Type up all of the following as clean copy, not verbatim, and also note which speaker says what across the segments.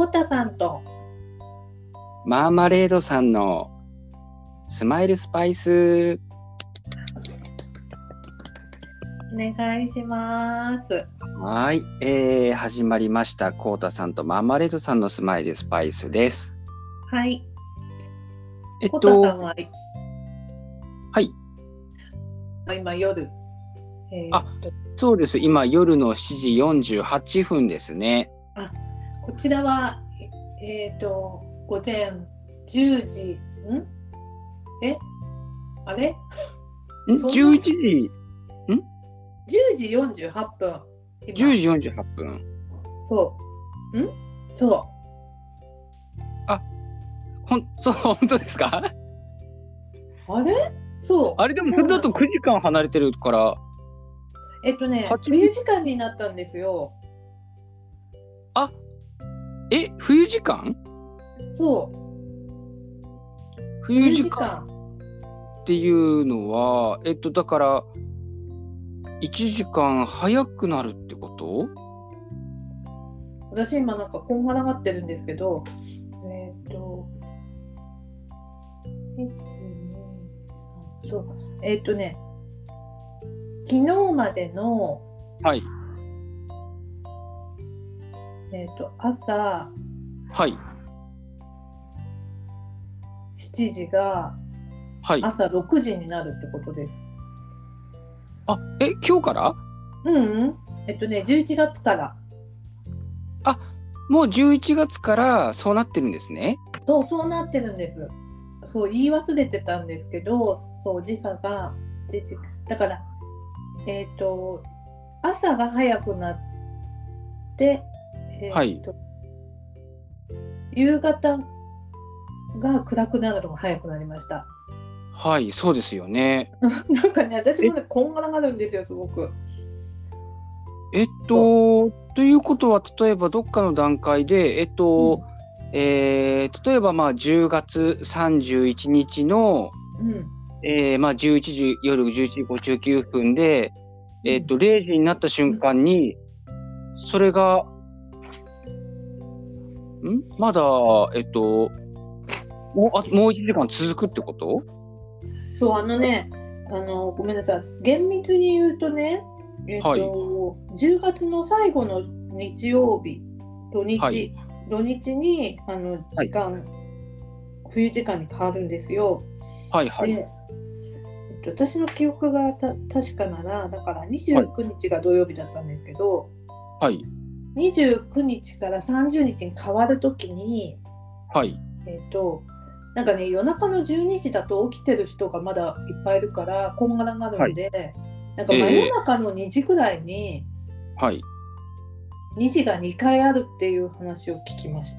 Speaker 1: コウタさんと
Speaker 2: マーマレードさんのスマイルスパイス。
Speaker 1: お願いします。
Speaker 2: はい、始まりました。コウタさんとマーマレードさんのスマイルスパイスです。
Speaker 1: はい。コウタさんは、
Speaker 2: はい。
Speaker 1: 今夜。
Speaker 2: そうです。今夜の7時48分ですね。
Speaker 1: こちらは午前10時あれ
Speaker 2: 11時
Speaker 1: 10時48分。
Speaker 2: 10時48分。
Speaker 1: そう。
Speaker 2: 本当ですか？
Speaker 1: あれそう。
Speaker 2: あれでもそれだと9時間離れてるから。
Speaker 1: 冬時間になったんですよ。
Speaker 2: 冬時間？
Speaker 1: そう。
Speaker 2: 冬時間っていうのは、だから1時間早くなるってこと？
Speaker 1: 私今なんかこんがらがってるんですけど、そう昨日までの、
Speaker 2: はい。
Speaker 1: 朝、
Speaker 2: はい。
Speaker 1: 7時が朝6時になるってことです。
Speaker 2: 今日から？
Speaker 1: 11月から。
Speaker 2: もう11月からそうなってるんですね。
Speaker 1: そうなってるんです。そう言い忘れてたんですけど、時差がだから、朝が早くなって、夕方が暗くなるのが早くなりました。
Speaker 2: はい、そうですよね。
Speaker 1: なんかね、私もね、こんがらがるんですよ、すごく。
Speaker 2: ということは、例えばどっかの段階で、例えば10月31日の、11時、夜11時59分で、0時になった瞬間に、それが、まだ、もう1時間続くってこと？
Speaker 1: そう、ごめんなさい。厳密に言うとね、10月の最後の日曜日、土日に時間、冬時間に変わるんですよ。で、私の記憶が確かなら、だから29日が土曜日だったんですけど、29日から30日に変わるときに、なんかね、夜中の12時だと起きてる人がまだいっぱいいるからこんがらがるんで、なんか真夜中の2時ぐらいに2時が2回あるっていう話を聞きました。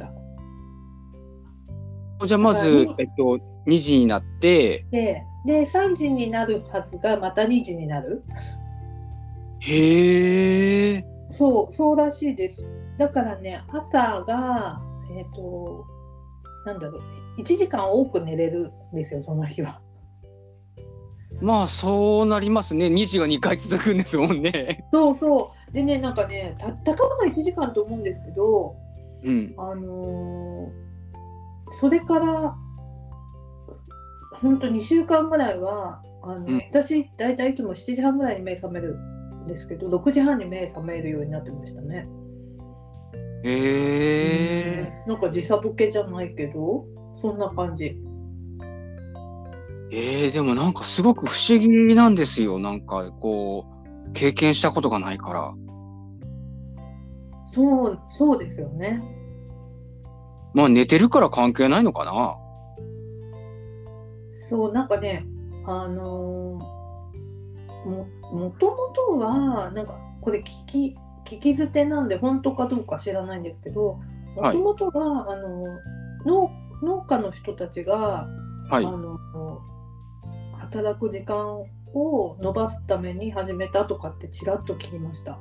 Speaker 2: じゃあまず、2時になって
Speaker 1: で3時になるはずがまた2時になる。
Speaker 2: へー。
Speaker 1: そうらしいです。だからね、朝が1時間多く寝れるんですよ、その日は。
Speaker 2: まあそうなりますね。2時が2回続くんですもんね。
Speaker 1: そうでね、なんかね、たかが1時間と思うんですけど、それから本当2週間ぐらいは私だいたいいつも7時半ぐらいに目覚めるんですけど、6時半に目覚めるようになってましたね。なんか時差ボケじゃないけどそんな感じ。
Speaker 2: でもなんかすごく不思議なんですよ。なんかこう経験したことがないから。
Speaker 1: そうですよね。
Speaker 2: まあ寝てるから関係ないのかな。
Speaker 1: そうなんかね、もともとはなんかこれ聞き捨てなんで本当かどうか知らないんですけど、もともとは農家の人たちが、働く時間を延ばすために始めたとかってちらっと聞きました。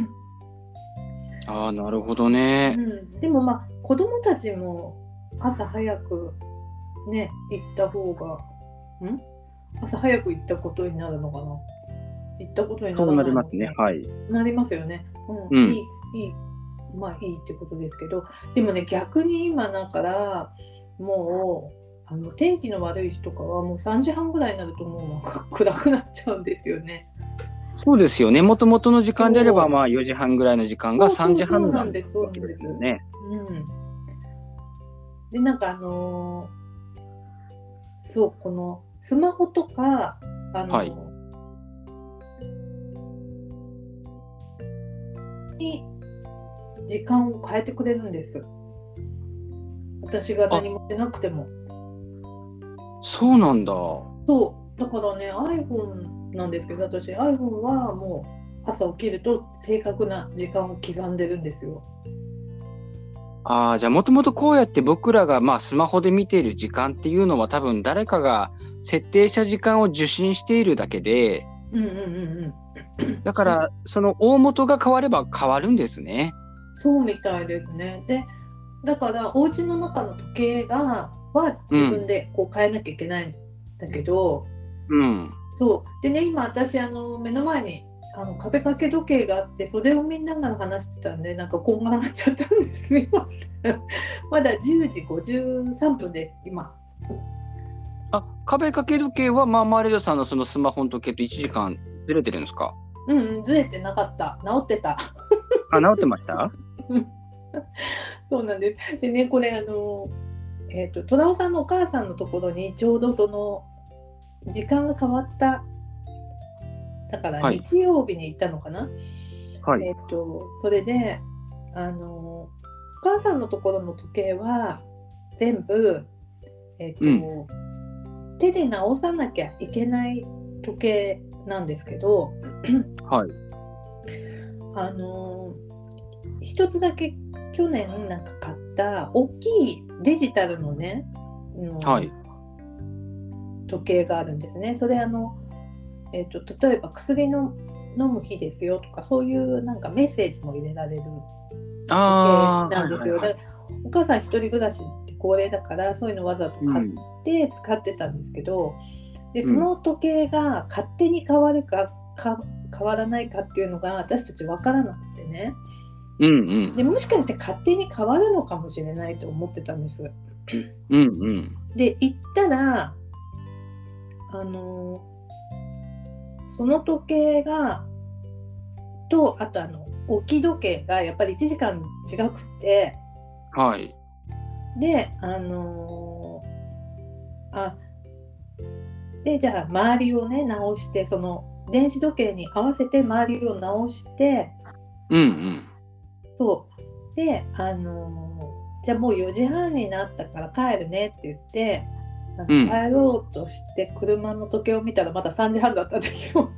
Speaker 2: なるほどね。
Speaker 1: でも子供たちも朝早くね行った方が朝早く行ったことになるのかな。行ったことにならないのかな。
Speaker 2: そうなりますね。
Speaker 1: なりますよね。いいまあいいってことですけど、でもね逆に今だからもう天気の悪い日とかはもう3時半ぐらいになるともう暗くなっちゃうんですよね。
Speaker 2: そうですよね。もともとの時間であれば、まあ4時半ぐらいの時間が3時半
Speaker 1: なんです。そうなんです。
Speaker 2: よね。
Speaker 1: でなんかそうこのスマホとか
Speaker 2: はい。
Speaker 1: に時間を変えてくれるんです。私が何もしなくても。
Speaker 2: そうなんだ。
Speaker 1: そうだからね iPhone なんですけど、私 iPhone はもう朝起きると正確な時間を刻んでるんですよ。
Speaker 2: じゃあもともとこうやって僕らがまあスマホで見ている時間っていうのは多分誰かが設定した時間を受信しているだけで、だからその大元が変われば変わるんですね。
Speaker 1: そうみたいですね。でだからお家の中の時計は自分でこう変えなきゃいけないんだけど、そうでね今私目の前に壁掛け時計があってそれをみんなが話してたんでなんかこんがらがっちゃったんです。すみませんまだ10時53分です今。
Speaker 2: 壁掛け時計はまあマリオさんのそのスマホの時計と1時間ずれてるんですか？
Speaker 1: ずれてなかった。治ってた。
Speaker 2: 治ってました
Speaker 1: そうなんです。でねこれトラオさんのお母さんのところにちょうどその時間が変わっただから日曜日に行ったのかな、それでお母さんのところの時計は全部、手で直さなきゃいけない時計なんですけど、一つだけ去年なんか買った大きいデジタルのね、時計があるんですね。それ例えば薬の飲む日ですよとかそういうなんかメッセージも入れられる時計なんですよ。お母さん一人暮らしって高齢だからそういうのわざと買って使ってたんですけど、でその時計が勝手に変わるか変わらないかっていうのが私たち分からなくてね、でもしかして勝手に変わるのかもしれないと思ってたんです。で行ったらその時計がとあと置き時計がやっぱり1時間違くて、ででじゃあ周りをね直してその電子時計に合わせて周りを直して、そうでじゃあもう4時半になったから帰るねって言って帰ろうとして車の時計を見たらまだ3時半だったんですよ。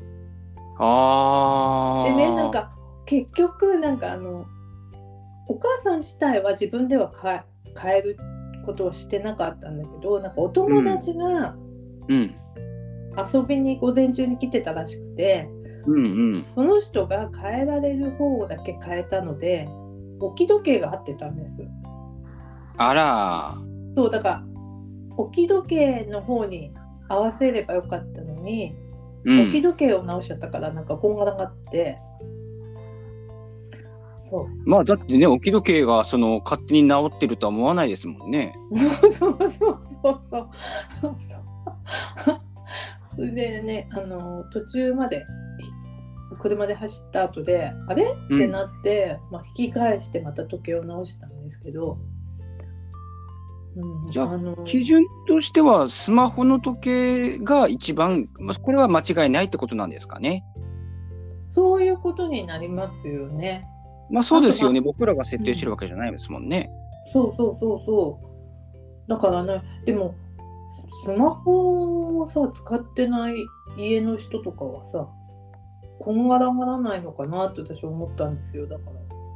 Speaker 1: でねなんか結局なんかお母さん自体は自分では変えることをしてなかったんだけど、なんかお友達が遊びに午前中に来てたらしくて、その人が変えられる方だけ変えたので置き時計が合ってたんです。そうだから置き時計の方に合わせればよかったのに、置き時計を直しちゃったからなんかこんがらがって、
Speaker 2: まあだってね置き時計がその勝手に直ってるとは思わないですもんね。
Speaker 1: そうそれでね途中まで車で走った後であれってなって、引き返してまた時計を直したんですけど、
Speaker 2: じゃあ基準としてはスマホの時計が一番、これは間違いないってことなんですかね。
Speaker 1: そういうことになりますよね。
Speaker 2: そうですよね。僕らが設定してるわけじゃないですもんね。
Speaker 1: そうだからね、でもスマホをさ使ってない家の人とかはさこんがらがらないのかなって私は思ったんですよ。だから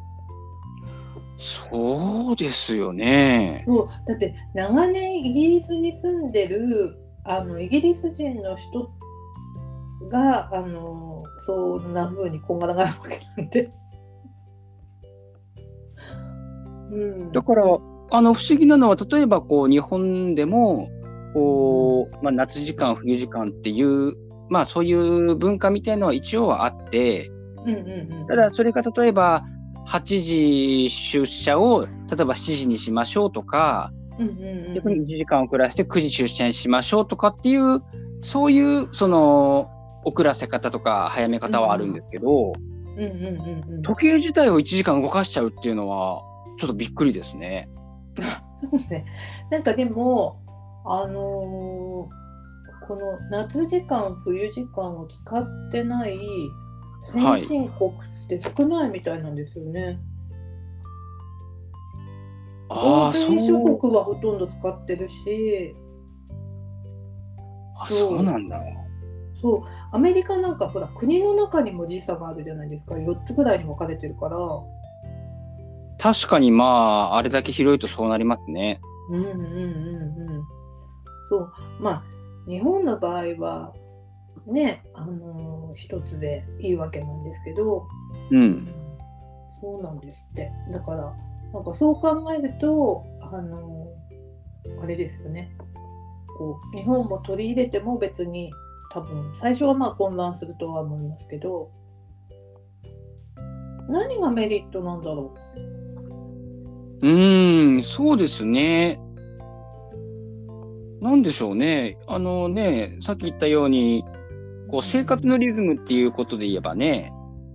Speaker 2: そうですよね。
Speaker 1: そうだって長年イギリスに住んでるイギリス人の人がそんな風にこんがらがるわけなんで
Speaker 2: だから不思議なのは例えば日本でも夏時間冬時間っていうそういう文化みたいなのは一応はあって、ただそれが例えば 8時出社を例えば7時にしましょうとか、逆に1時間遅らせて9時出社にしましょうとかっていう、そういうその遅らせ方とか早め方はあるんですけど、時計自体を1時間動かしちゃうっていうのはちょっとびっくりですね。
Speaker 1: そうね。なんかでもこの夏時間冬時間を使ってない先進国って少ないみたいなんですよね。欧米諸国はほとんど使ってるし。
Speaker 2: そうなんだ。
Speaker 1: そう、アメリカなんかほら国の中にも時差があるじゃないですか。4つぐらいに分かれてるから。
Speaker 2: 確かにまああれだけ広いとそうなりますね。
Speaker 1: そう、まあ日本の場合はね、一つでいいわけなんですけど、そうなんですって。だからなんかそう考えるとあれですよね。こう日本も取り入れても別に多分最初はまあ混乱するとは思いますけど、何がメリットなんだろ
Speaker 2: う。そうですね。なんでしょうね。さっき言ったようにこう生活のリズムっていうことで言えばね。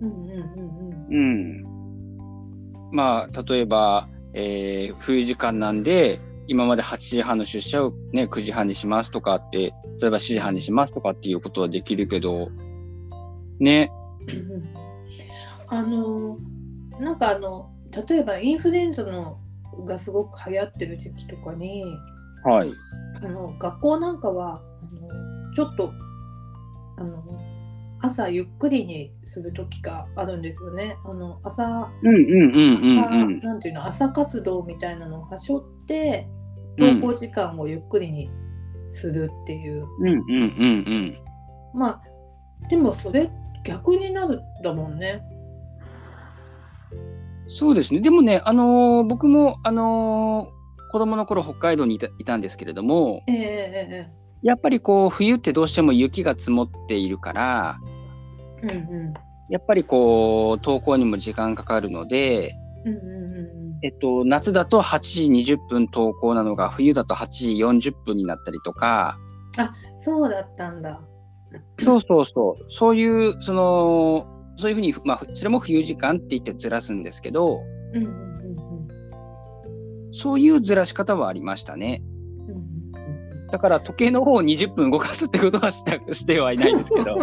Speaker 2: まあ例えば、冬時間なんで今まで8時半の出社をね9時半にしますとかって、例えば7時半にしますとかっていうことはできるけどね。
Speaker 1: なんか例えばインフルエンザがすごく流行ってる時期とかに、学校なんかはちょっと朝ゆっくりにする時があるんですよね。朝なんていうの、朝活動みたいなのをはしょって登校時間をゆっくりにするっていう。まあでもそれ逆になるんだもんね。
Speaker 2: そうですね。でもね、僕も子供の頃北海道にいたんですけれども、やっぱりこう冬ってどうしても雪が積もっているから、やっぱりこう登校にも時間かかるので、夏だと8時20分登校なのが冬だと8時40分になったりとか。
Speaker 1: そうだったんだ。
Speaker 2: そういうそういうふうに、まあ、それも冬時間って言ってずらすんですけど、そういうずらし方はありましたね。だから時計の方を20分動かすってことはしてはいないんですけど。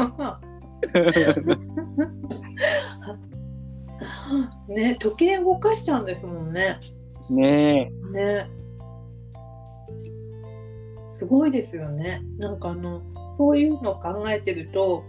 Speaker 1: ね、時計動かしちゃうんですもんね。
Speaker 2: ね。
Speaker 1: すごいですよね。なんかそういうのを考えてると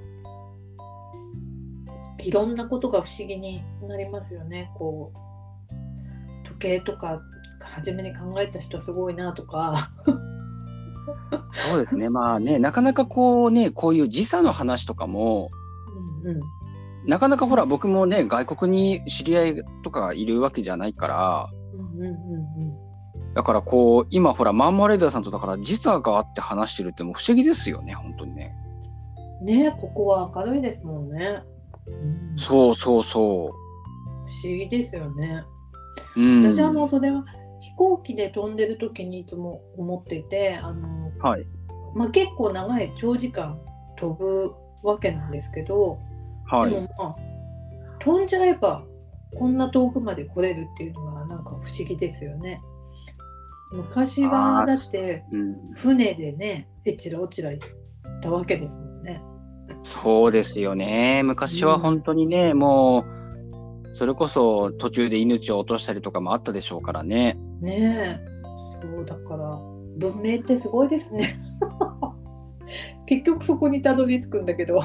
Speaker 1: いろんなことが不思議になりますよね。こう時計とか初めに考えた人すごいなとか。
Speaker 2: そうですね。まあね、なかなかこういう時差の話とかも、なかなかほら僕もね外国に知り合いとかいるわけじゃないから、だからこう今ほらマーマレードさんとだから時差があって話してるってもう不思議ですよね、本当にね。
Speaker 1: ね、ここは明るいですもんね。
Speaker 2: そう
Speaker 1: 不思議ですよね。私それは飛行機で飛んでる時にいつも思ってて、結構長い長時間飛ぶわけなんですけど、でもまあ飛んじゃえばこんな遠くまで来れるっていうのがなんか不思議ですよね。昔はだって船でねえちらおちら行ったわけですもんね。
Speaker 2: そうですよね。昔は本当にね、もうそれこそ途中で命を落としたりとかもあったでしょうからね。
Speaker 1: そうだから文明ってすごいですね。結局そこにたどり着くんだけど。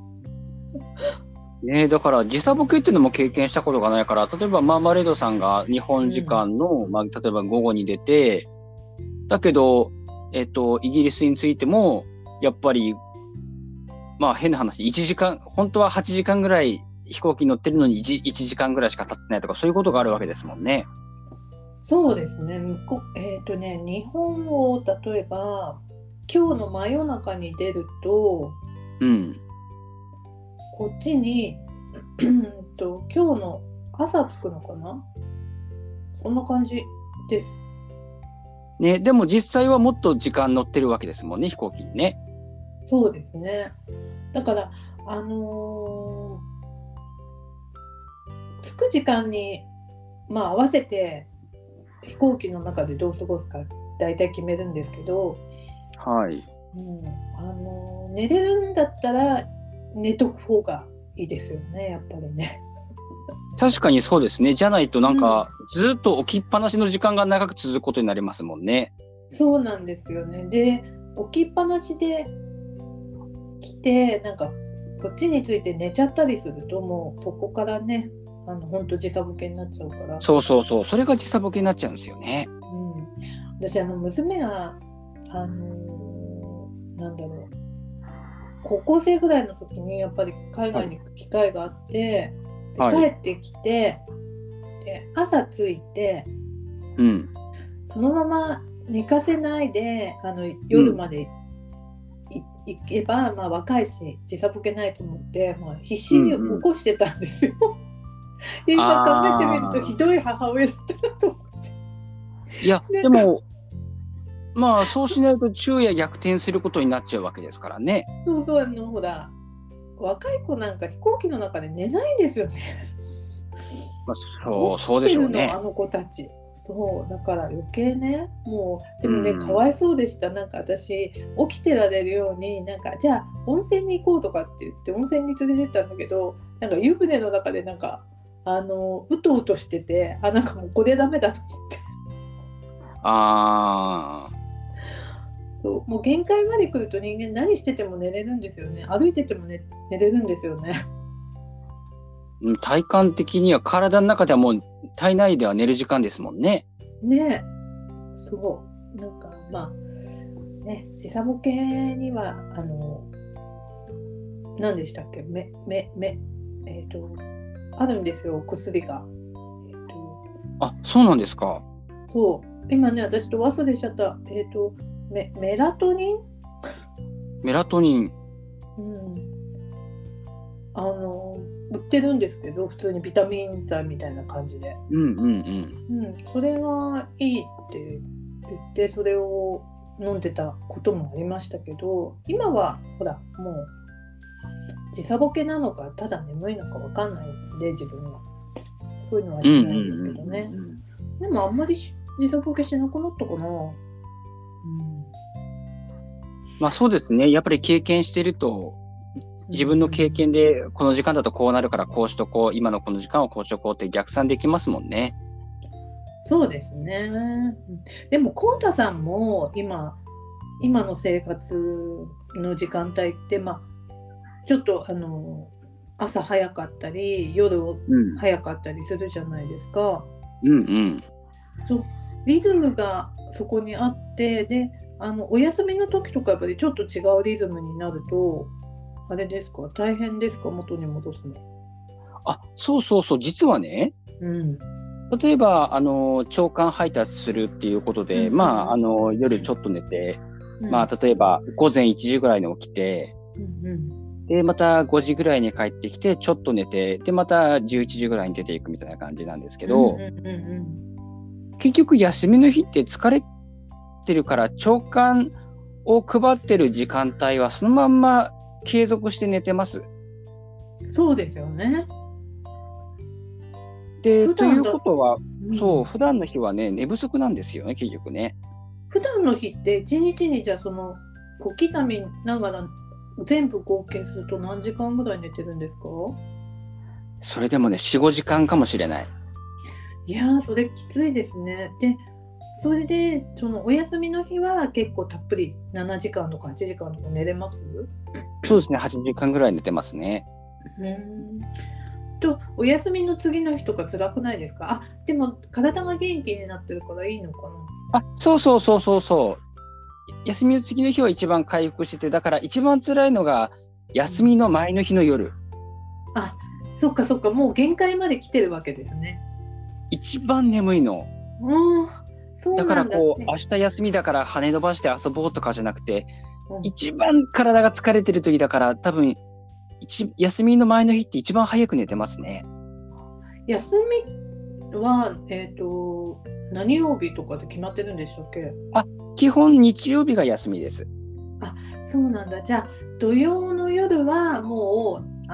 Speaker 2: だから時差ボケっていうのも経験したことがないから、例えばマーマレードさんが日本時間の、例えば午後に出て、だけど、イギリスについてもやっぱりまあ変な話、1時間、本当は8時間ぐらい飛行機に乗ってるのに 1時間ぐらいしか経ってないとか、そういうことがあるわけですもんね。
Speaker 1: そうですね。日本を例えば今日の真夜中に出ると、こっちに今日の朝着くのかな、そんな感じです。
Speaker 2: ね、でも実際はもっと時間乗ってるわけですもんね、飛行機にね。
Speaker 1: そうですね。だから着く時間に、合わせて飛行機の中でどう過ごすか大体決めるんですけど、
Speaker 2: はい。
Speaker 1: 寝れるんだったら寝とく方がいいですよね、やっぱりね。
Speaker 2: 確かにそうですね。じゃないとなんか、ずっと起きっぱなしの時間が長く続くことになりますもんね。
Speaker 1: そうなんですよね。で、起きっぱなしで来て、なんかこっちについて寝ちゃったりすると、もうそこからね、本当時差ボケになっちゃうから。
Speaker 2: そうそうそう。それが時差ボケになっちゃうんですよね。
Speaker 1: 私娘がなんだろう、高校生ぐらいの時にやっぱり海外に行く機会があって、はい、帰ってきて、で朝着いて、そのまま寝かせないで夜まで行けば、若いし時差ボケないと思って、必死に起こしてたんですよ。で今考えてみるとひどい母親だったなと思って。
Speaker 2: いやでもそうしないと昼夜逆転することになっちゃうわけですからね。
Speaker 1: そうほら、若い子なんか飛行機の中で寝ないんですよね。
Speaker 2: そうでしょうね。
Speaker 1: あの子たち。そうだから余計ね、もうでもね、かわいそうでした。なんか私起きてられるように、なんかじゃあ温泉に行こうとかって言って温泉に連れてったんだけど、なんか湯船の中でなんかうとうとしてて、なんかもうこれダメだと思って。そうもう限界まで来ると人間何してても寝れるんですよね。歩いてても、寝れるんですよね。
Speaker 2: 体感的には体の中ではもう体内では寝る時間ですもんね。
Speaker 1: ねえ、そうなんかね、時差ボケには何でしたっけ、あるんですよ、薬が。
Speaker 2: そうなんですか。
Speaker 1: そう今ね、私と忘れちゃった。メラトニン。
Speaker 2: メラトニン。
Speaker 1: 売ってるんですけど、普通にビタミン剤みたいな感じで。それがいいって言ってそれを飲んでたこともありましたけど、今はほらもう時差ボケなのかただ眠いのか分かんないんで、自分はそういうのはしないんですけどね。でもあんまり時差ボケしなくなったかな。
Speaker 2: そうですね。やっぱり経験してると、自分の経験でこの時間だとこうなるからこうしとこう、今のこの時間をこうしとこうって逆算できますもんね。
Speaker 1: そうですね。でもコウタさんも今の生活の時間帯ってちょっと朝早かったり夜早かったりするじゃないですか。そうリズムがそこにあって、でお休みの時とかやっぱりちょっと違うリズムになるとあれですか、大変ですか、元に戻すの。
Speaker 2: そう実はね、例えば朝刊配達するっていうことで、夜ちょっと寝て、例えば午前1時ぐらいに起きて、でまた5時ぐらいに帰ってきてちょっと寝て、でまた11時ぐらいに出ていくみたいな感じなんですけど、結局休みの日って疲れてるから朝刊を配ってる時間帯はそのまんま継続して寝てます。
Speaker 1: そうですよね。
Speaker 2: でということは、普段の日はね寝不足なんですよね、結局ね。
Speaker 1: 普段の日って1日にじゃあその小刻みながら全部合計すると何時間ぐらい寝てるんですか？
Speaker 2: それでもね 4,5 時間かもしれない。
Speaker 1: いやそれきついですね。でそれでそのお休みの日は結構たっぷり7時間とか8時間とか寝れます？
Speaker 2: そうですね、8時間ぐらい寝てますね。
Speaker 1: とお休みの次の日とか辛くないですか？でも体が元気になってるからいいのかな。
Speaker 2: そう休みの次の日は一番回復してて、だから一番辛いのが休みの前の日の夜。
Speaker 1: そっかもう限界まで来てるわけですね。
Speaker 2: 一番眠いの。
Speaker 1: そう
Speaker 2: だから明日休みだから羽伸ばして遊ぼうとかじゃなくて、一番体が疲れてる時だから、多分休みの前の日って一番早く寝てますね。
Speaker 1: 休みは、何曜日とかで決まってるんでしたっけ？
Speaker 2: 基本日曜日が休みです。
Speaker 1: そうなんだ。じゃあ土曜の夜はもう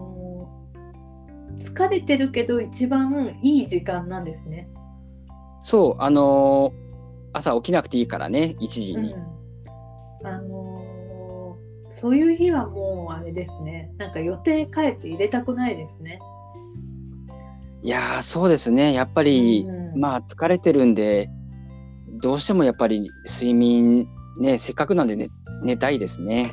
Speaker 1: 疲れてるけど一番いい時間なんですね。
Speaker 2: そう、朝起きなくていいからね、1時に。
Speaker 1: そういう日はもうあれですね。なんか予定変えて入れたくないですね。
Speaker 2: いやー、そうですね。やっぱり、まあ疲れてるんで、どうしてもやっぱり睡眠ね、せっかくなんで寝たいですね。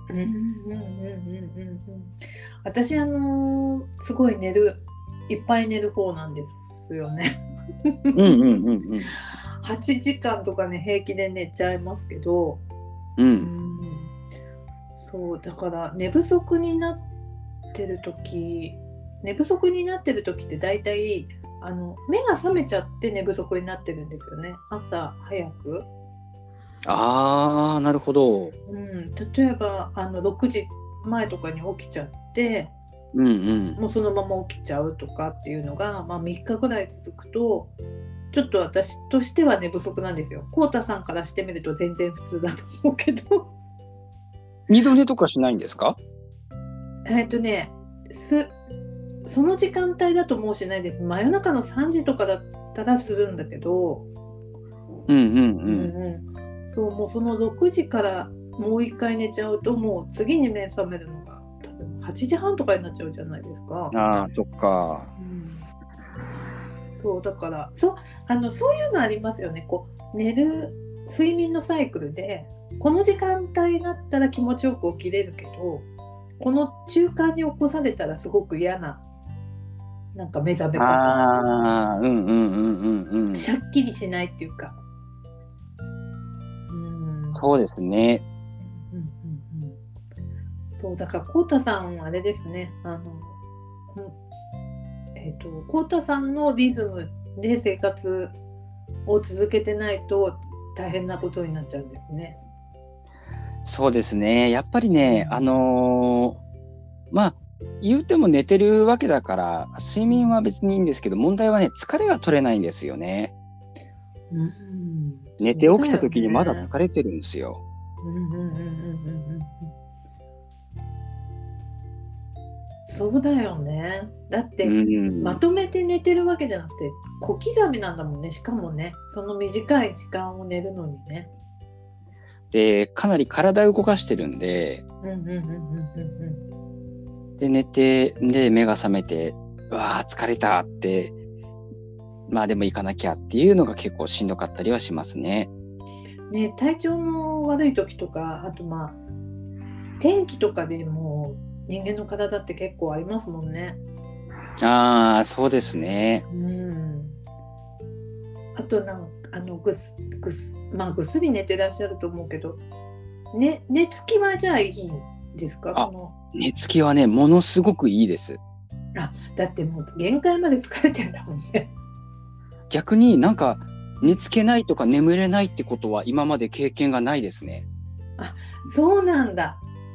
Speaker 1: 私すごいいっぱい寝る方なんですよね。8時間とかね平気で寝ちゃいますけど、そうだから寝不足になってる時って大体目が覚めちゃって寝不足になってるんですよね、朝早く。
Speaker 2: なるほど。
Speaker 1: 例えば6時前とかに起きちゃって、もうそのまま起きちゃうとかっていうのが、3日ぐらい続くとちょっと私としては寝不足なんですよ。こうたさんからしてみると全然普通だと思うけど。
Speaker 2: 二度寝とかしないんですか？
Speaker 1: その時間帯だともうしないです。真夜中の3時とかだったらするんだけど、そうもうその6時からもう一回寝ちゃうともう次に目覚めるのが多分8時半とかになっちゃうじゃないですか。
Speaker 2: そっか。
Speaker 1: そうだからそういうのありますよね。こう睡眠のサイクルでこの時間帯だったら気持ちよく起きれるけど、この中間に起こされたらすごく嫌ななんか目覚め方。しゃっきりしないっていうか。
Speaker 2: そうですね。
Speaker 1: そうだからこうたさんあれですね。こうたさんのリズムで生活を続けてないと大変なことになっちゃうんですね。
Speaker 2: そうですね。やっぱりね、言うても寝てるわけだから睡眠は別にいいんですけど、問題はね、疲れが取れないんですよね。寝て起きた時にまだ疲れてるんですよ。
Speaker 1: そうだよね。だって、まとめて寝てるわけじゃなくて小刻みなんだもんね。しかもね、その短い時間を寝るのにね。
Speaker 2: で、かなり体を動かしてるんで、で寝て、で目が覚めて、わあ疲れたって、でも行かなきゃっていうのが結構しんどかったりはしますね。
Speaker 1: 体調の悪い時とか、あと天気とかでも人間の体って結構ありますもんね。
Speaker 2: そうですね。
Speaker 1: あとぐっすり寝てらっしゃると思うけど、寝つきはじゃあいいんですか？
Speaker 2: 寝つきはね、ものすごくいいです。
Speaker 1: だってもう限界まで疲れてんだもんね。
Speaker 2: 逆になんか寝つけないとか眠れないってことは今まで経験がないですね。
Speaker 1: そうなんだ。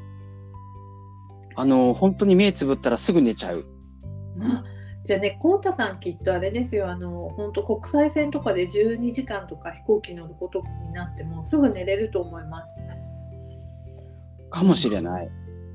Speaker 2: 本当に目つぶったらすぐ寝ちゃう。
Speaker 1: じゃあね、こうたさんきっとあれですよ。本当国際線とかで12時間とか飛行機乗ることになってもすぐ寝れると思います。
Speaker 2: かもしれない。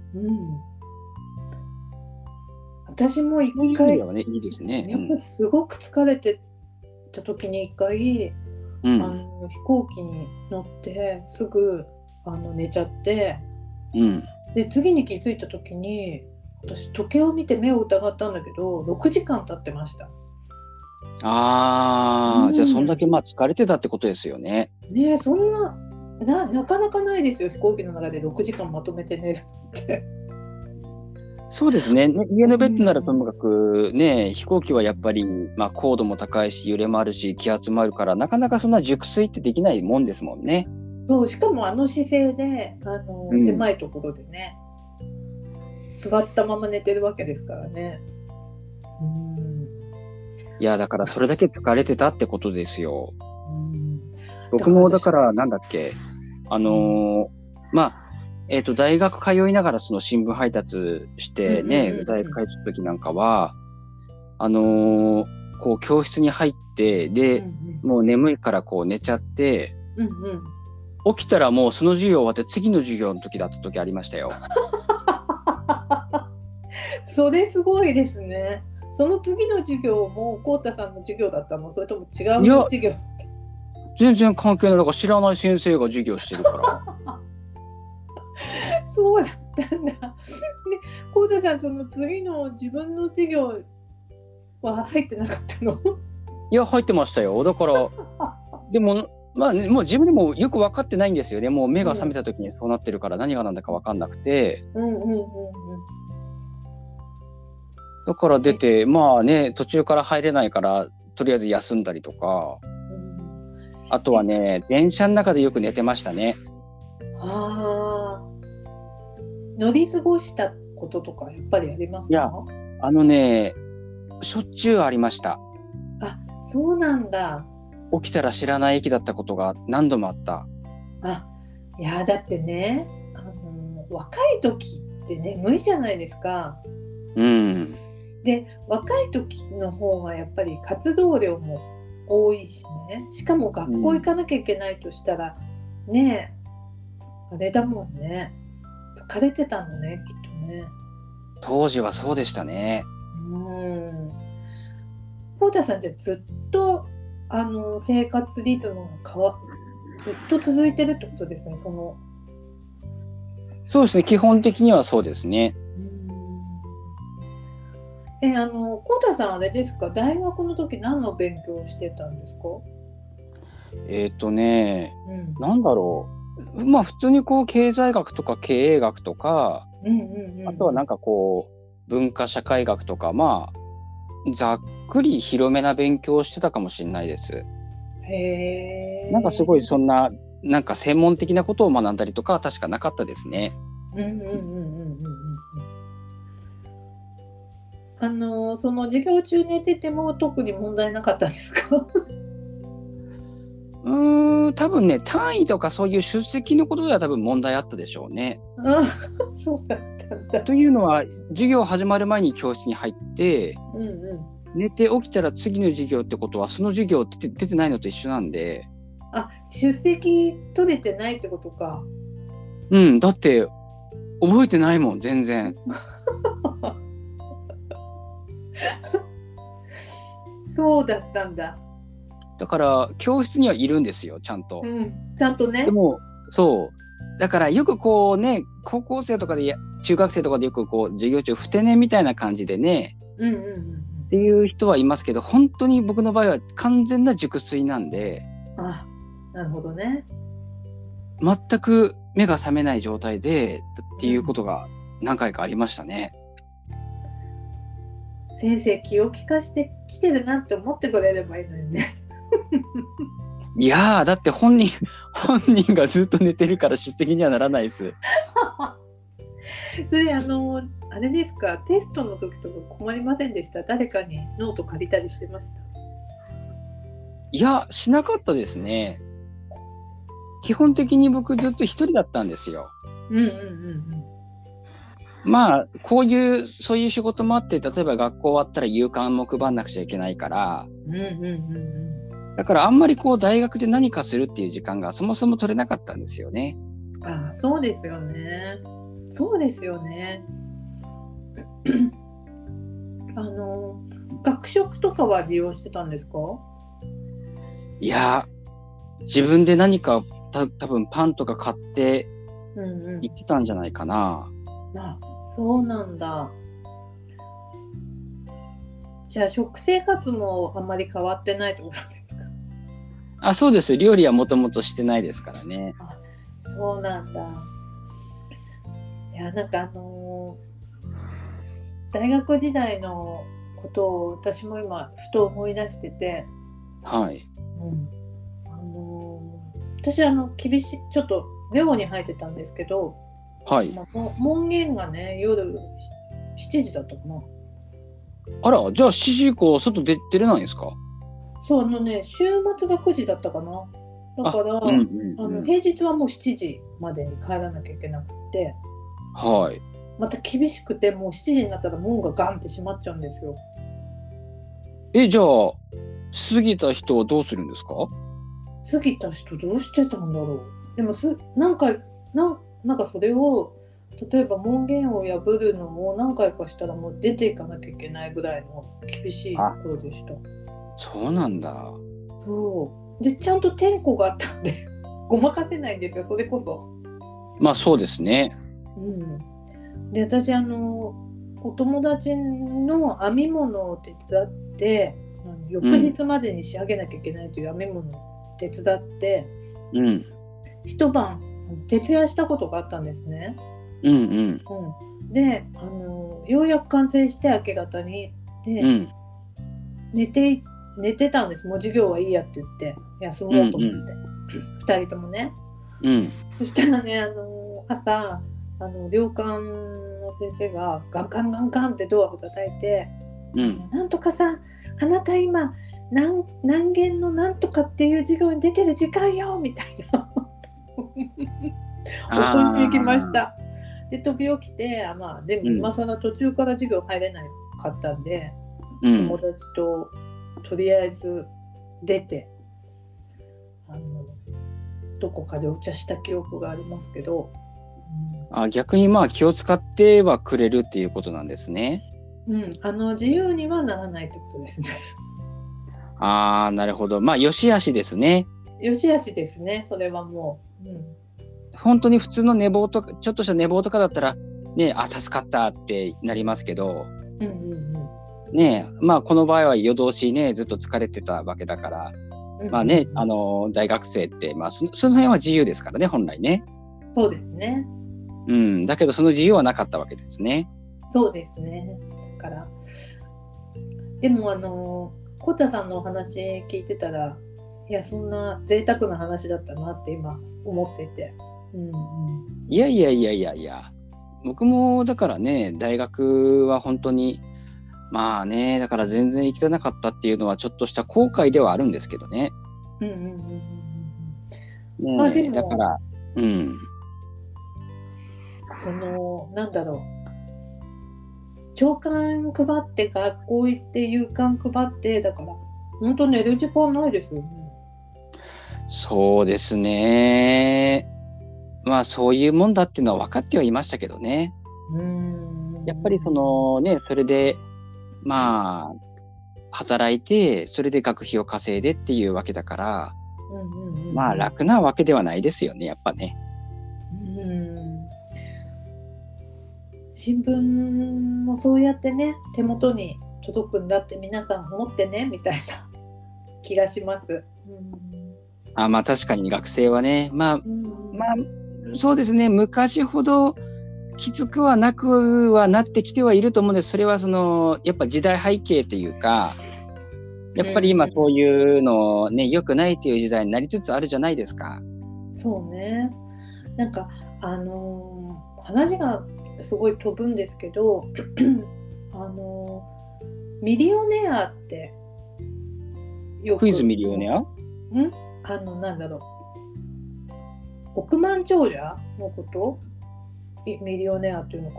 Speaker 1: 私も一回、
Speaker 2: いいですね。
Speaker 1: やっぱすごく疲れてた時に一回、飛行機に乗ってすぐ寝ちゃって、で次に気づいた時に私時計を見て目を疑ったんだけど6時間経ってました。
Speaker 2: じゃあそんだけ疲れてたってことですよね。
Speaker 1: そんなかなかないですよ、飛行機の中で6時間まとめて寝るって。
Speaker 2: そうですね。家のベッドならともかくね、飛行機はやっぱり高度も高いし揺れもあるし気圧もあるから、なかなかそんな熟睡ってできないもんですもんね。
Speaker 1: そう、しかも姿勢で狭いところでね、座ったまま寝てるわけですからね。
Speaker 2: いやだからそれだけ疲れてたってことですよ。僕もだからなんだっけ、大学通いながらその新聞配達してね、大学帰った時なんかはこう教室に入ってで、もう眠いからこう寝ちゃって、起きたらもうその授業終わって次の授業の時だった時ありましたよ。
Speaker 1: それすごいですね。その次の授業もコウタさんの授業だったの？それとも違う授業？
Speaker 2: 全然関係ない。だから知らない先生が授業してるから。
Speaker 1: そうだったんだ。で、コウタさんその次の自分の授業は入ってなかったの？
Speaker 2: いや入ってましたよ。だからでもまあ、ね、もう自分でもよく分かってないんですよね。もう目が覚めた時にそうなってるから何が何だか分かんなくて、だから出てまあね途中から入れないからとりあえず休んだりとか、あとはね電車の中でよく寝てましたね。
Speaker 1: ああ、乗り過ごしたこととかやっぱりありますか？
Speaker 2: いやしょっちゅうありました。
Speaker 1: あ、そうなんだ。
Speaker 2: 起きたら知らない駅だったことが何度もあった。
Speaker 1: いやだってね、若い時って眠いじゃないですか。で若い時の方がやっぱり活動量も多いしね、しかも学校行かなきゃいけないとしたら、ねえあれだもんね、疲れてたのねきっとね。
Speaker 2: 当時はそうでしたね。
Speaker 1: コウタさんじゃずっと生活リズムがずっと続いてるってことですね。
Speaker 2: そうですね、基本的にはそうですね。
Speaker 1: コウタさんあれですか、大学の時何の勉強をしてたんですか？
Speaker 2: なんだろう、まあ普通にこう経済学とか経営学とか、あとはなんかこう文化社会学とか、まあざっくり広めな勉強をしてたかもしれないです。
Speaker 1: へー。
Speaker 2: なんかすごいそんななんか専門的なことを学んだりとかは確かなかったですね。
Speaker 1: その授業中寝てても特に問題なかったんですか？
Speaker 2: 多分ね単位とかそういう出席のことでは多分問題あったでしょうね。
Speaker 1: そうだったんだ。
Speaker 2: というのは授業始まる前に教室に入って、寝て起きたら次の授業ってことはその授業出てないのと一緒なんで。
Speaker 1: 出席取れてないってことか。
Speaker 2: だって覚えてないもん全然。
Speaker 1: そうだったんだ。
Speaker 2: だから教室にはいるんですよちゃんと。
Speaker 1: ちゃんとね。
Speaker 2: でもそうだからよくこうね高校生とかで中学生とかでよくこう授業中ふて寝みたいな感じでね、っていう人はいますけど、本当に僕の場合は完全な熟睡なんで。
Speaker 1: なるほどね。
Speaker 2: 全く目が覚めない状態でっていうことが何回かありましたね。
Speaker 1: 先生気を利かしてきてるなって思ってくれればいいのにね。
Speaker 2: いやだって本人がずっと寝てるから出席にはならないです。
Speaker 1: それあれですか、テストの時とか困りませんでした？誰かにノート借りたりしてました？
Speaker 2: いやしなかったですね。基本的に僕ずっと一人だったんですよ。まあそういう仕事もあって、例えば学校終わったら夕刊も配んなくちゃいけないから、だからあんまりこう大学で何かするっていう時間がそもそも取れなかったんですよね。
Speaker 1: そうですよね。そうですよね。学食とかは利用してたんですか？
Speaker 2: いや自分で何か多分パンとか買って行ってたんじゃないかな。
Speaker 1: そうなんだ。じゃあ食生活もあんまり変わってないってことですか？
Speaker 2: そうです。料理はもともとしてないですからね。
Speaker 1: そうなんだ。いやなんか大学時代のことを私も今ふと思い出してて、私厳しいちょっと寮に入ってたんですけど、門限がね夜7時だったかな。
Speaker 2: じゃあ7時以降外出れないんですか？
Speaker 1: そう週末が9時だったかな。だから、平日はもう7時までに帰らなきゃいけなくて、
Speaker 2: はい。
Speaker 1: また厳しくてもう7時になったら門がガンって閉まっちゃうんですよ。
Speaker 2: じゃあ過ぎた人はどうするんですか？
Speaker 1: 過ぎた人どうしてたんだろう。でもなんかそれを例えば門限を破るのを何回かしたらもう出ていかなきゃいけないぐらいの厳しいところでした。
Speaker 2: そうなんだ。
Speaker 1: そうでちゃんと点呼があったんでごまかせないんですよ、それこそ。
Speaker 2: まあそうですね。
Speaker 1: で私お友達の編み物を手伝って翌日までに仕上げなきゃいけないという編み物を手伝って、一晩徹夜したことがあったんですね。でようやく完成して明け方にで、寝てたんです。もう授業はいいやって言って休もうと思って、2人ともね。そしたらね朝寮監の先生がガンガンガンガンってドアを叩いて、なんとかさんあなた今何限のなんとかっていう授業に出てる時間よみたいな起こしてきました。で飛び起きて、でも今更途中から授業入れなかったんで、友達ととりあえず出てどこかでお茶した記憶がありますけど、
Speaker 2: 逆に気を使ってはくれるっていうことなんですね。
Speaker 1: 自由にはならないってことですね。
Speaker 2: なるほど。よしあしですね。
Speaker 1: よしあしですね、それはもう。
Speaker 2: 本当に普通の寝坊とかちょっとした寝坊とかだったらね、助かったってなりますけど、ね、この場合は夜通しねずっと疲れてたわけだから、大学生って、その辺は自由ですからね、本来ね。
Speaker 1: そうですね。
Speaker 2: だけどその自由はなかったわけですね。
Speaker 1: そうですね。だからでもコタさんのお話聞いてたら、いやそんな贅沢な話だったなって今思ってて、
Speaker 2: いや僕もだからね、大学は本当にだから全然行きたなかったっていうのはちょっとした後悔ではあるんですけどね。
Speaker 1: でも
Speaker 2: だから
Speaker 1: なんだろう、朝刊配って学校行って夕刊配ってだから本当寝る時間ないですよね。
Speaker 2: そうですね。そういうもんだっていうのは分かってはいましたけどね。やっぱりそれで働いてそれで学費を稼いでっていうわけだから、楽なわけではないですよね、やっぱね。
Speaker 1: 新聞もそうやってね手元に届くんだって皆さん思ってねみたいな気がします。
Speaker 2: 確かに学生はねそうですね、昔ほどきつくはなくはなってきてはいると思うんです。それはやっぱ時代背景というか、やっぱり今そういうのね良くないっていう時代になりつつあるじゃないですか。
Speaker 1: そうね。なんか話がすごい飛ぶんですけどミリオネアってよく
Speaker 2: クイズミリオネア？
Speaker 1: なんだろう、億万長者のことミリオネアっていうのか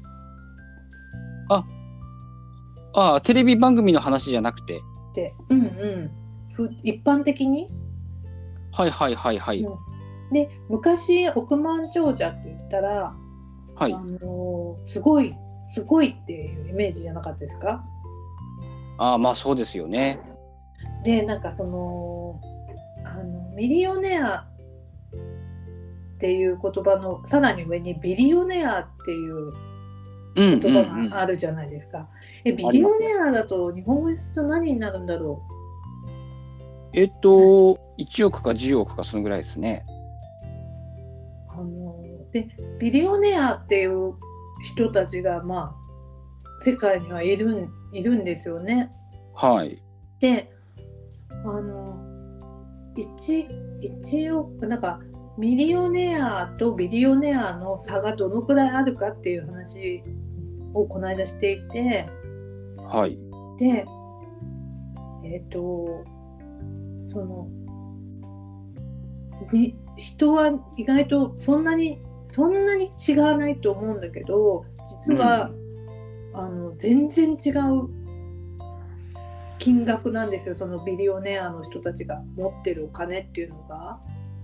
Speaker 2: な。テレビ番組の話じゃなくて
Speaker 1: で、一般的に
Speaker 2: はい、
Speaker 1: で昔億万長者って言ったら、すごいっていうイメージじゃなかったですか？
Speaker 2: そうですよね。
Speaker 1: でなんかミリオネアっていう言葉のさらに上にビリオネアっていう言葉があるじゃないですか。ビリオネアだと日本語にすると何になるんだろう。
Speaker 2: 1億か10億かそのぐらいですね。
Speaker 1: でビリオネアっていう人たちが世界にはいるんですよね。で1億なんかミリオネアとビリオネアの差がどのくらいあるかっていう話をこの間していて、で人は意外とそんなに違わないと思うんだけど、実は、全然違う規金額なんですよ、そのビリオネアの人たちが持ってるお金っていうのが。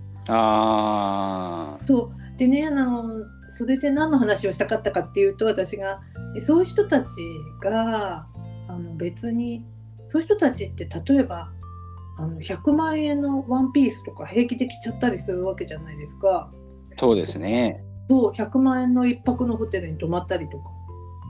Speaker 1: そうでね、それで何の話をしたかったかっていうと、私がそういう人たちが別にそういう人たちって例えば100万円のワンピースとか平気で着ちゃったりするわけじゃないですか。
Speaker 2: そうですね。
Speaker 1: そう100万円の一泊のホテルに泊まったりとか、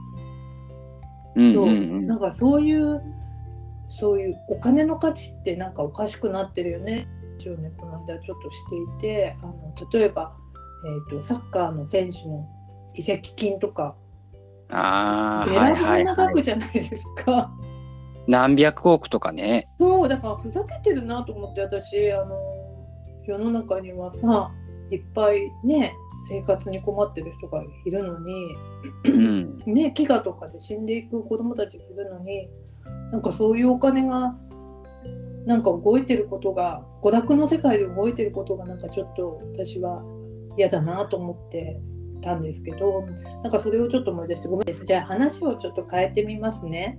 Speaker 1: なんかそういうお金の価値ってなんかおかしくなってるよね。この間ちょっとしていて、例えば、サッカーの選手の移籍金とかべらぼうな額じゃないですか。
Speaker 2: 何百億とかね。
Speaker 1: そうだからふざけてるなと思って、私世の中にはさいっぱいね生活に困ってる人がいるのに、ね、飢餓とかで死んでいく子どもたちがいるのに、なんかそういうお金がなんか動いてることが、娯楽の世界で動いてることがなんかちょっと私は嫌だなと思ってたんですけど、なんかそれをちょっと思い出してごめんです。じゃあ話をちょっと変えてみますね。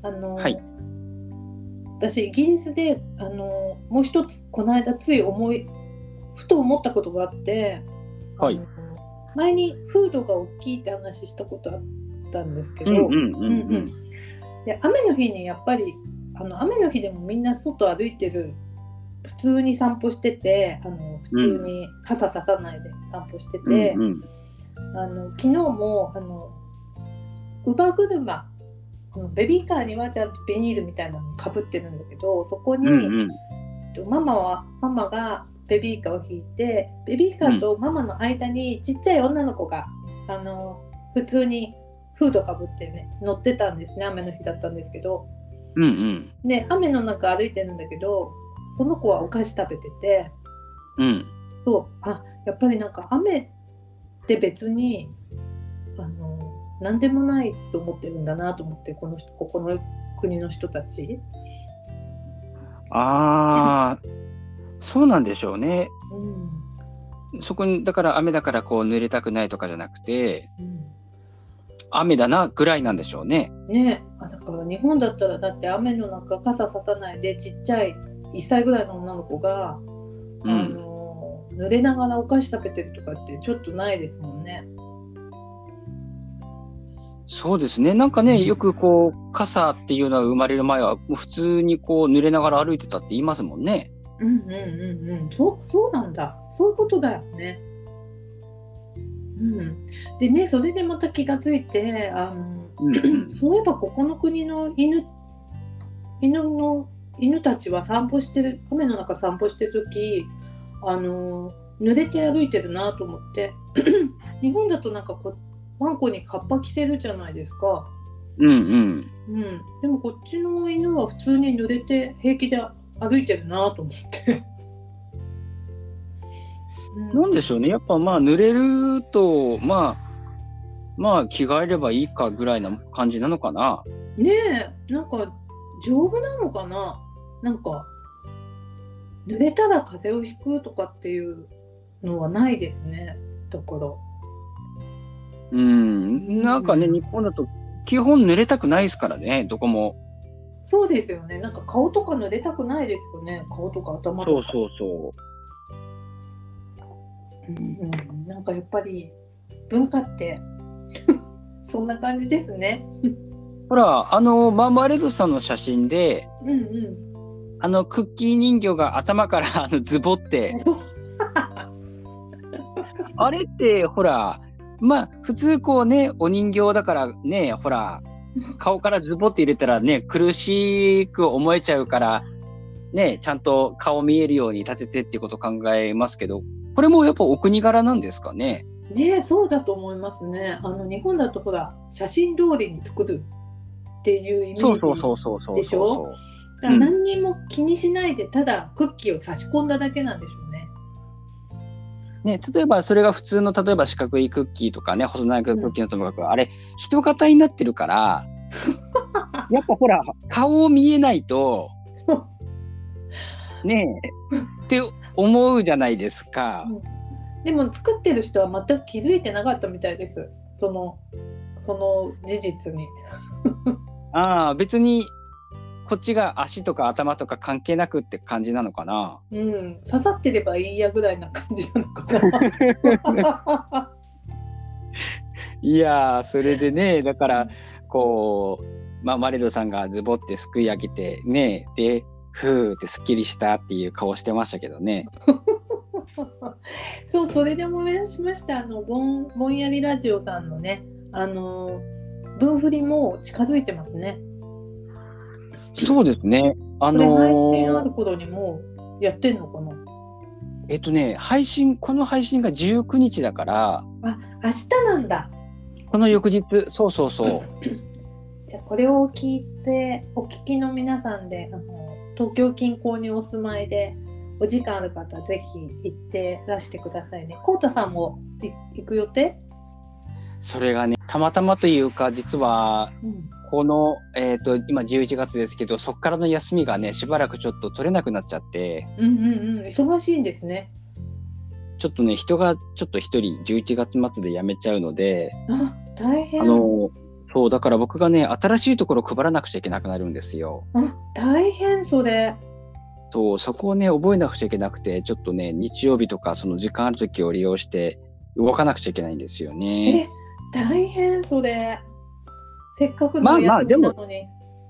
Speaker 1: 私イギリスでもう一つこの間ふと思ったことがあって、前にフードが大きいって話したことあったんですけど、で雨の日にやっぱり雨の日でもみんな外歩いてる、普通に散歩してて、普通に傘ささないで散歩してて、昨日も乳母車、ベビーカーにはちゃんとビニールみたいなのかぶってるんだけど、そこに、ママがベビーカーを引いて、ベビーカーとママの間にちっちゃい女の子が普通にフードかぶってね乗ってたんですね。雨の日だったんですけど、で雨の中歩いてるんだけど、その子はお菓子食べてて、やっぱりなんか雨って別に何でもないと思ってるんだなと思って、ここの国の人たち。
Speaker 2: そうなんでしょうね。そこにだから雨だからこう濡れたくないとかじゃなくて、雨だなぐらいなんでしょうね。
Speaker 1: だから日本だったらだって雨の中傘ささないでちっちゃい1歳ぐらいの女の子が、濡れながらお菓子食べてるとかってちょっとないですもんね。
Speaker 2: そうですね。なんかね、よくこう傘っていうのは生まれる前は普通にこう濡れながら歩いてたって言いますもんね。そうなんだ。そういうことだよね。でね、それでまた気がついて、そういえばここの国の犬たちは散歩してる、雨の中散歩してる時濡れて歩いてるなと思って日本だとなんかワンコにカッパ着てるじゃないですか。でもこっちの犬は普通に濡れて平気で歩いてるなと思ってなんでしょうね。やっぱ濡れるとまあ着替えればいいかぐらいな感じなのかな。
Speaker 1: なんか丈夫なのかな。なんか濡れたら風邪をひくとかっていうのはないですね。だから
Speaker 2: なんかね、日本だと基本濡れたくないですからね、どこも。
Speaker 1: そうですよね。なんか顔とか濡れたくないですよね。顔とか頭とか。なんかやっぱり文化ってそんな感じですね。
Speaker 2: ほらマーマレードさんの写真で、クッキー人形が頭からズボってあれってほら普通こうね、お人形だからね、ほら顔からズボって入れたらね、苦しく思えちゃうからね、ちゃんと顔見えるように立ててっていうことを考えますけど、これもやっぱお国柄なんですかね。
Speaker 1: そうだと思いますね。日本だとほら写真通りに作るっていうイメージでしょ。だから何にも気にしないで、ただクッキーを差し込んだだけなんでしょうね。
Speaker 2: 例えばそれが普通の例えば四角いクッキーとかね、細長いクッキーのともかく、あれ人型になってるからやっぱほら顔を見えないとねって思うじゃないですか。
Speaker 1: でも作ってる人は全く気づいてなかったみたいです。その事実に
Speaker 2: 別にこっちが足とか頭とか関係なくって感じなのかな。
Speaker 1: うん、刺さってればいいやぐらいな感じなのかな。
Speaker 2: いやー、それでね、だからこう、マレドさんがズボってすくい上げてね、でふーってすっきりしたっていう顔してましたけどね。
Speaker 1: そう、それで思い出しました。ぼんやりラジオさんのね、分振りも近づいてますね。
Speaker 2: そうですね。
Speaker 1: これ配信ある頃にもうやってんのかな。
Speaker 2: この配信が19日だから。
Speaker 1: あ、明日なんだ。
Speaker 2: この翌日、そうそうそう。
Speaker 1: じゃあこれを聞いてお聞きの皆さんで、東京近郊にお住まいでお時間ある方ぜひ行ってらしてくださいね。コウタさんも行く予定？
Speaker 2: それがね、たまたまというか実は、この、今11月ですけど、そっからの休みがねしばらくちょっと取れなくなっちゃって、
Speaker 1: 忙しいんですね。
Speaker 2: ちょっとね、人がちょっと一人11月末で辞めちゃうので、
Speaker 1: あ、大変。
Speaker 2: そうだから僕がね新しいところ配らなくちゃいけなくなるんですよ。
Speaker 1: あ、大変それ。
Speaker 2: そう、そこをね覚えなくちゃいけなくて、ちょっとね日曜日とかその時間ある時を利用して動かなくちゃいけないんですよね。
Speaker 1: 大変それ。せっかくの休みなのに。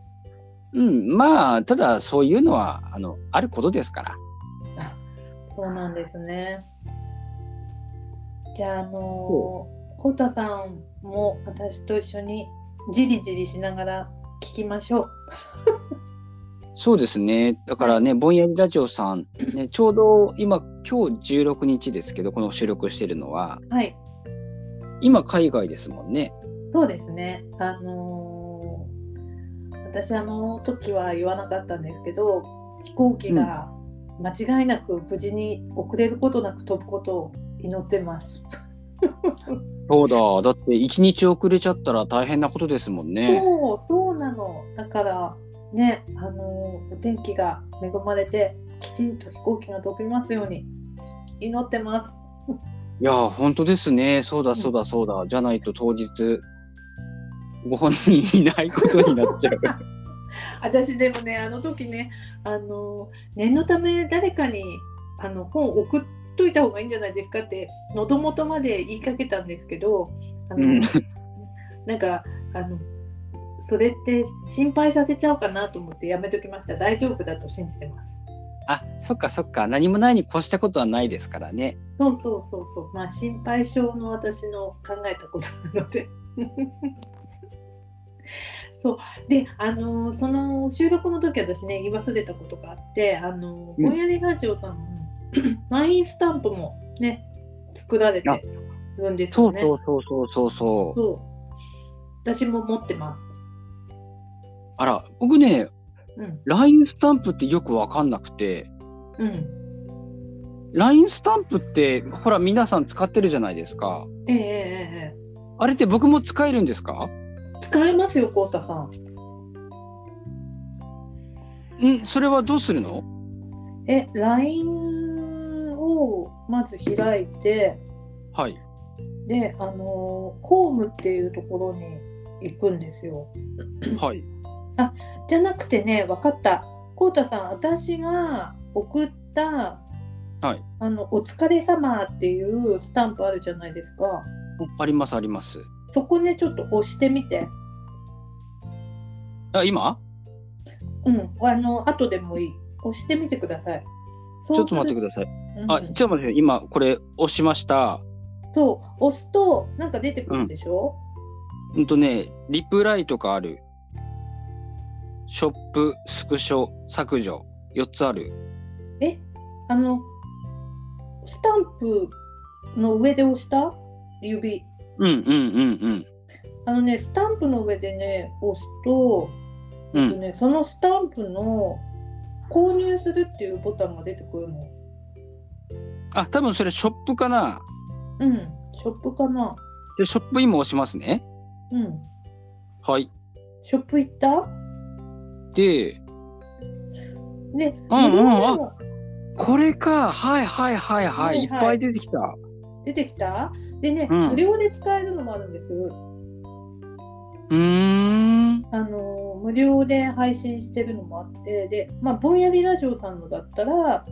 Speaker 2: ただそういうのはあることですから。
Speaker 1: そうなんですね。じゃあコウタさんも私と一緒にじりじりしながら聞きましょう。
Speaker 2: そうですね。だからね、ぼんやりラジオさん、ね、ちょうど今日16日ですけど、この収録してるのは、
Speaker 1: はい、
Speaker 2: 今海外ですもんね。
Speaker 1: そうですね。私時は言わなかったんですけど、飛行機が間違いなく無事に遅れることなく飛ぶことを祈ってます。
Speaker 2: そうだ。だって1日遅れちゃったら大変なことですもんね。
Speaker 1: そうなの。だからね、お天気が恵まれてきちんと飛行機が飛びますように祈ってます。
Speaker 2: いや本当ですね。そうだ。じゃないと当日ご本人いないことになっちゃう。
Speaker 1: 私でもね、あの時ね、念のため誰かに本送っといた方がいいんじゃないですかって喉元まで言いかけたんですけど、なんかそれって心配させちゃうかなと思ってやめときました。大丈夫だと信じてます。
Speaker 2: あ、そっか。何もないに越したことはないですからね。
Speaker 1: そう。まあ心配性の私の考えたことなので。そうで、その収録の時私ね言い忘れたことがあって、ぼんやりラジオさんのLINE スタンプもね作られてるんですよね。そう私も持ってます。
Speaker 2: あら、僕ね、LINE スタンプってよく分かんなくて、LINE スタンプってほら皆さん使ってるじゃないですか。あれって僕も使えるんですか？
Speaker 1: 使えますよ、コウタさん。
Speaker 2: それはどうするの
Speaker 1: ？LINE をまず開いて、
Speaker 2: はい。
Speaker 1: で、ホームっていうところに行くんですよ。
Speaker 2: はい。
Speaker 1: じゃなくてね、分かった。コウタさん、私が送った、お疲れ様っていうスタンプあるじゃないですか。
Speaker 2: あります。
Speaker 1: そこね、ちょっと押してみて。
Speaker 2: 今？
Speaker 1: 後でもいい。押してみてください。
Speaker 2: ちょっと待ってください。ちょっと待って、今これ押しました。
Speaker 1: そう、押すとなんか出てくるでしょ？
Speaker 2: リプライとかある。ショップ、スクショ、削除、4つある。
Speaker 1: スタンプの上で押した指。スタンプの上でね、押すと、そのスタンプの購入するっていうボタンが出てくるの。
Speaker 2: 多分それショップかな。
Speaker 1: ショップかな。
Speaker 2: で、ショップ今押しますね。はい。
Speaker 1: ショップ行った？
Speaker 2: で、これか。はい。いっぱい出てきた。
Speaker 1: でね、無料で使えるのもあるんです。 無料で配信してるのもあって、で、ぼんやりラジオさんのだったら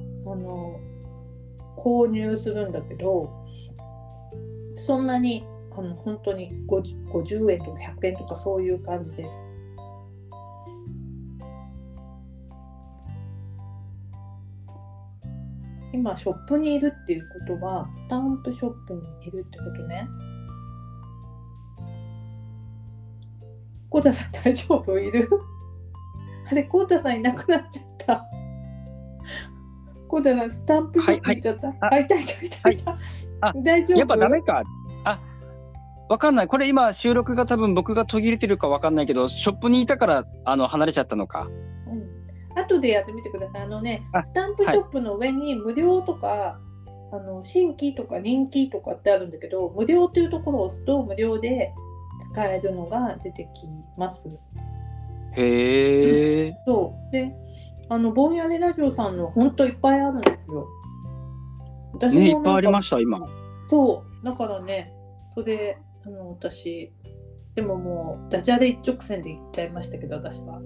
Speaker 1: 購入するんだけど、そんなに本当に 50円とか100円とかそういう感じです。今ショップにいるっていうことはスタンプショップにいるってことね。コウタさん大丈夫？いる？あれ、コウタさんいなくなっちゃった。コウタさんスタンプショップ行っちゃった。いた。大丈夫？
Speaker 2: やっぱダメか。わかんない。これ今収録が多分僕が途切れてるかわかんないけど、ショップにいたから離れちゃったのか。
Speaker 1: 後でやってみてください。スタンプショップの上に無料とか、新規とか人気とかってあるんだけど、無料っていうところを押すと無料で使えるのが出てきます。
Speaker 2: へえ。
Speaker 1: そうで、ぼんやりラジオさんの本当いっぱいあるんですよ。
Speaker 2: 私もいっぱいありました今。
Speaker 1: そうだからね、それ私でももうダジャレ一直線で言っちゃいましたけど、私は。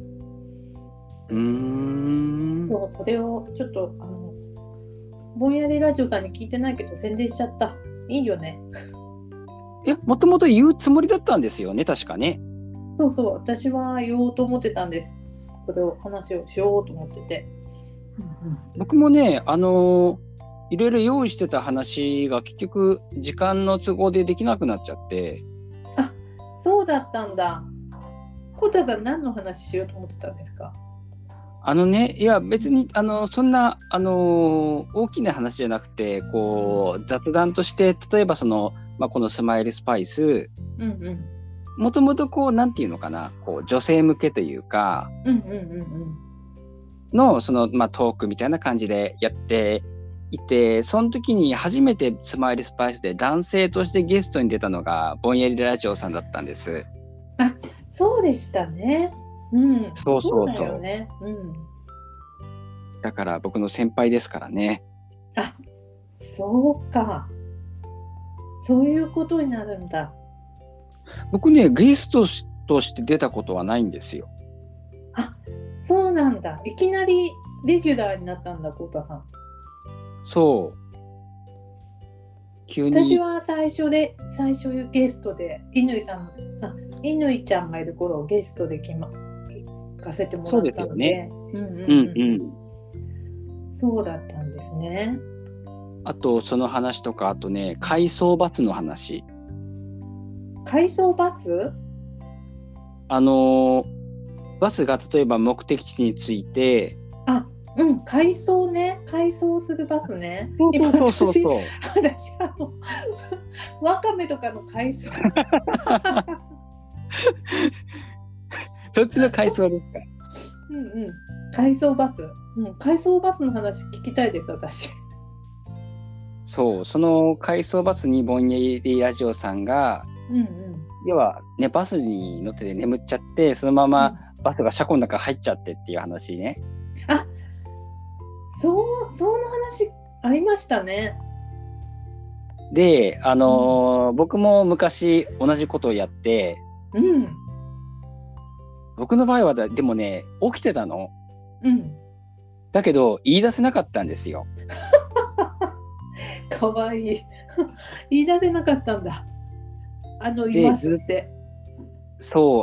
Speaker 1: そう、それをちょっとぼんやりラジオさんに聞いてないけど宣伝しちゃった。いいよね。
Speaker 2: もともと言うつもりだったんですよね、確かね。
Speaker 1: そう、私は言おうと思ってたんです。これを話をしようと思ってて。
Speaker 2: 僕もね、いろいろ用意してた話が結局時間の都合でできなくなっちゃって。
Speaker 1: あ、そうだったんだ。コタさん何の話しようと思ってたんですか？
Speaker 2: いや別にそんな大きな話じゃなくて、こう雑談として、例えばこのスマイルスパイス、もともとこうなんていうのかな、こう女性向けというかのトークみたいな感じでやっていて、その時に初めてスマイルスパイスで男性としてゲストに出たのがぼんやりラジオさんだったんです。
Speaker 1: あ、そうでしたね。そうだよね。
Speaker 2: だから僕の先輩ですからね。
Speaker 1: あ、そうか。そういうことになるんだ。
Speaker 2: 僕ね、ゲストとして出たことはないんですよ。
Speaker 1: あ、そうなんだ。いきなりレギュラーになったんだ、コウタさん。
Speaker 2: そう。急に。
Speaker 1: 私は最初ゲストで乾ちゃんがいる頃ゲストで行かせてもらったので。そうですよね。そうだったんですね。
Speaker 2: あとその話とか、あとね、回送バスの話。
Speaker 1: 回送バス？
Speaker 2: バスが例えば目的地に着いて、
Speaker 1: 回送ね、回送するバスね。
Speaker 2: そう。
Speaker 1: 私わかめとかの回送。
Speaker 2: そっちの回送ですか？
Speaker 1: 回送バス。回送バスの話聞きたいです、私。
Speaker 2: そう、その回送バスにぼんやりラジオさんが、要はね、バスに乗ってて眠っちゃって、そのままバスが車庫の中入っちゃってっていう話ね。
Speaker 1: その話ありましたね。
Speaker 2: で、僕も昔同じことをやって、僕の場合はでもね、起きてたの。だけど言い出せなかったんですよ。
Speaker 1: かわいい。言い出せなかったんだ。いますって。
Speaker 2: そう、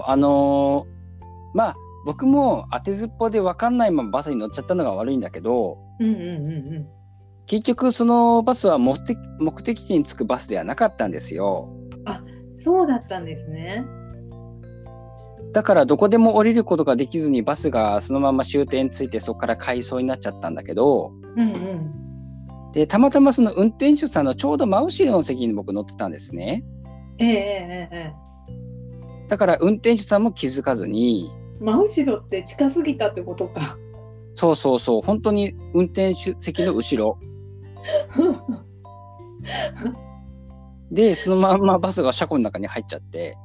Speaker 2: 僕も当てずっぽで分かんないままバスに乗っちゃったのが悪いんだけど、結局そのバスは目的地に着くバスではなかったんですよ。
Speaker 1: あ、そうだったんですね。
Speaker 2: だからどこでも降りることができずに、バスがそのまま終点着いて、そこから回送になっちゃったんだけど、でたまたまその運転手さんのちょうど真後ろの席に僕乗ってたんですね。だから運転手さんも気づかずに。
Speaker 1: 真後ろって近すぎたってことか。
Speaker 2: そう本当に運転手席の後ろで、そのままバスが車庫の中に入っちゃって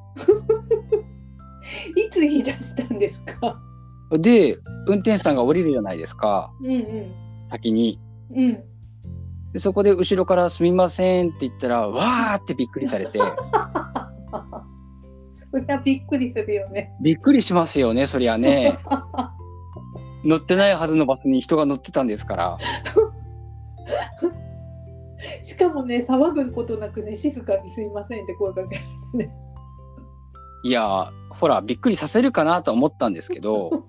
Speaker 1: いつ言い出したんですか？
Speaker 2: で、運転手さんが降りるじゃないですか、先に。でそこで後ろからすみませんって言ったら、わーってびっくりされて
Speaker 1: そりゃびっくりするよね。
Speaker 2: びっくりしますよね、そりゃね。乗ってないはずのバスに人が乗ってたんですから。
Speaker 1: しかもね、騒ぐことなくね、静かにすいませんって声かけられてね。
Speaker 2: いや、ほら、びっくりさせるかなと思ったんですけど。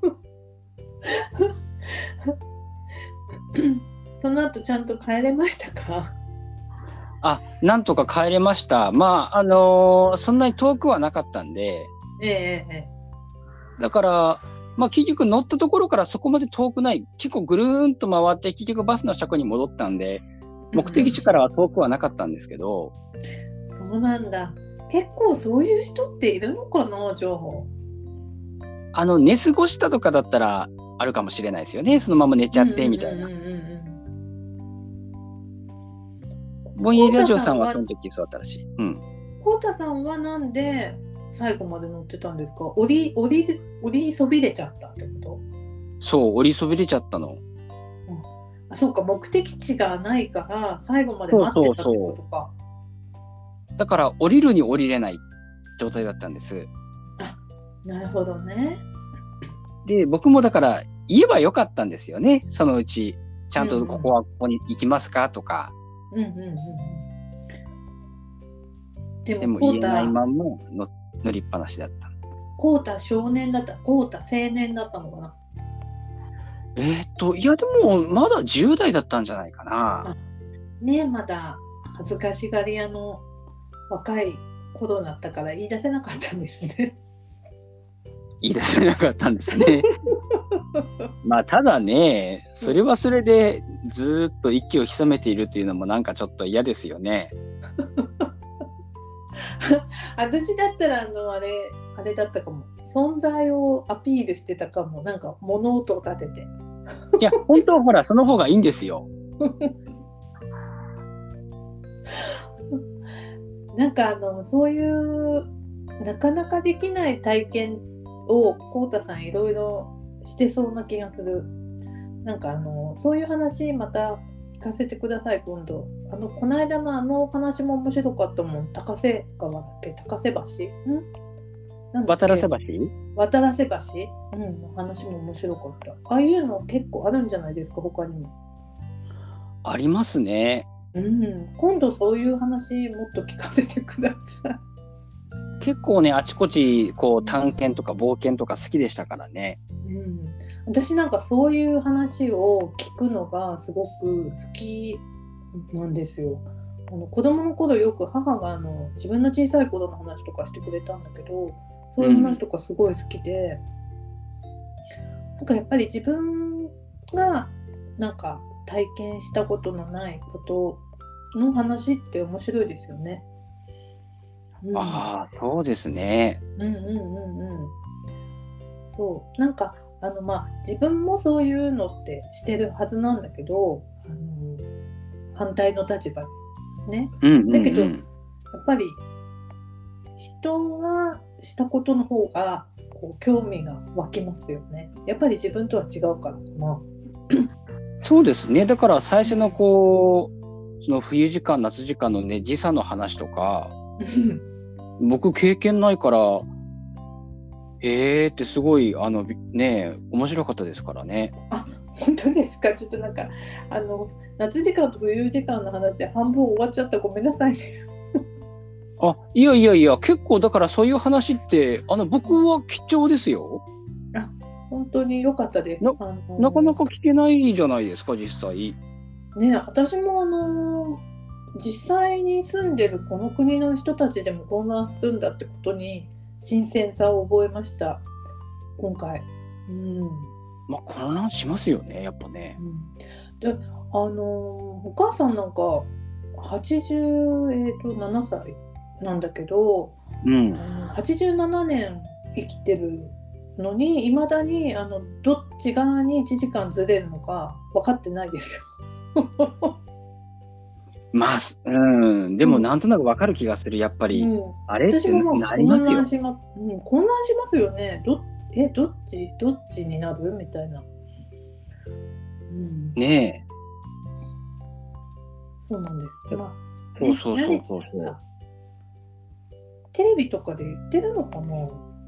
Speaker 1: その後ちゃんと帰れましたか？
Speaker 2: なんとか帰れました。まあ、そんなに遠くはなかったんで。
Speaker 1: ええ。
Speaker 2: だから、まあ、結局乗ったところからそこまで遠くない、結構ぐるーんと回って、結局バスの車庫に戻ったんで、目的地からは遠くはなかったんですけど。
Speaker 1: そうなんだ。結構そういう人っているのかな、情報。
Speaker 2: 寝過ごしたとかだったらあるかもしれないですよね。そのまま寝ちゃってみたいな。ぼんやりラジオさんはその時そうだったらしい。
Speaker 1: コウタさんはなんで最後まで乗ってたんですか？降りそびれちゃったってこと？
Speaker 2: そう、降りそびれちゃったの。
Speaker 1: そうか、目的地がないから最後まで待ってたってことか。
Speaker 2: だから降りるに降りれない状態だったんです。
Speaker 1: なるほどね。で、
Speaker 2: 僕もだから言えばよかったんですよね。そのうちちゃんとここに行きますかとか。でも言えないまま乗りっぱなしだった。
Speaker 1: コウタ少年だった、コウタ青年だったのかな。
Speaker 2: いやでもまだ10代だったんじゃないかな。
Speaker 1: ね、まだ恥ずかしがり屋の若い頃だったから言い出せなかったんですね。
Speaker 2: 言い出せなかったんですね。まあただね、それはそれでずっと息を潜めているっていうのもなんかちょっと嫌ですよね。
Speaker 1: 私だったらあれだったかも。存在をアピールしてたかも。なんか物音を立てて。
Speaker 2: いや本当はほらその方がいいんですよ。
Speaker 1: なんかそういうなかなかできない体験をコウタさんいろいろしてそうな気がする。なんかそういう話また聞かせてください今度。この間の話も面白かったもん。高瀬川だっけ？高瀬橋？
Speaker 2: 渡良瀬橋？
Speaker 1: 渡良瀬橋？の話も面白かった。ああいうの結構あるんじゃないですか、他にも。
Speaker 2: ありますね。
Speaker 1: 今度そういう話もっと聞かせてください。
Speaker 2: 結構ね、あちこちこう探検とか冒険とか好きでしたからね。
Speaker 1: 私なんかそういう話を聞くのがすごく好きなんですよ。子供の頃よく母が自分の小さい頃の話とかしてくれたんだけど、そういう話とかすごい好きで、なんかやっぱり自分がなんか体験したことのないことの話って面白いですよね。
Speaker 2: そうですね。
Speaker 1: そうなんか自分もそういうのってしてるはずなんだけど、反対の立場にね。だけどやっぱり人がしたことの方がこう興味が湧きますよね。やっぱり自分とは違うからかな。
Speaker 2: そうですね。だから最初のその冬時間夏時間のね時差の話とか僕経験ないからってすごい面白かったですからね。
Speaker 1: 本当ですか？ちょっとなんか夏時間と冬時間の話で半分終わっちゃった。ごめんなさいね。
Speaker 2: いや結構だからそういう話って僕は貴重ですよ。
Speaker 1: 本当に良かったです。
Speaker 2: なかなか聞けないじゃないですか実際。
Speaker 1: ね、私も実際に住んでるこの国の人たちでも混乱するんだってことに新鮮さを覚えました今回。
Speaker 2: 混乱しますよねやっぱね。
Speaker 1: でお母さんなんか87歳なんだけど、87年生きてるのにいまだにどっち側に1時間ずれるのか分かってないですよ。
Speaker 2: でもなんとなく分かる気がするやっぱり、あれってなりますよ。
Speaker 1: 混乱しますよね。どっちになるみたいな。
Speaker 2: ねえ。
Speaker 1: そうなんです。
Speaker 2: そう。
Speaker 1: テレビとかで言ってるのかな。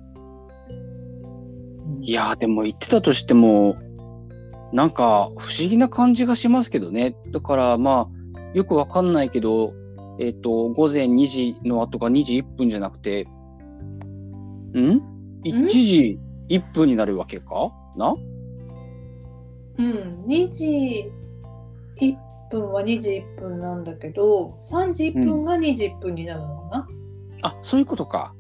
Speaker 2: いやでも言ってたとしてもなんか不思議な感じがしますけどね。だからまあよくわかんないけど、午前2時の後が2時1分じゃなくて1時1分になるわけかな。
Speaker 1: 2時1分は2時1分なんだけど、3時1分が2時1分になるのかな。
Speaker 2: あ、そういうことか。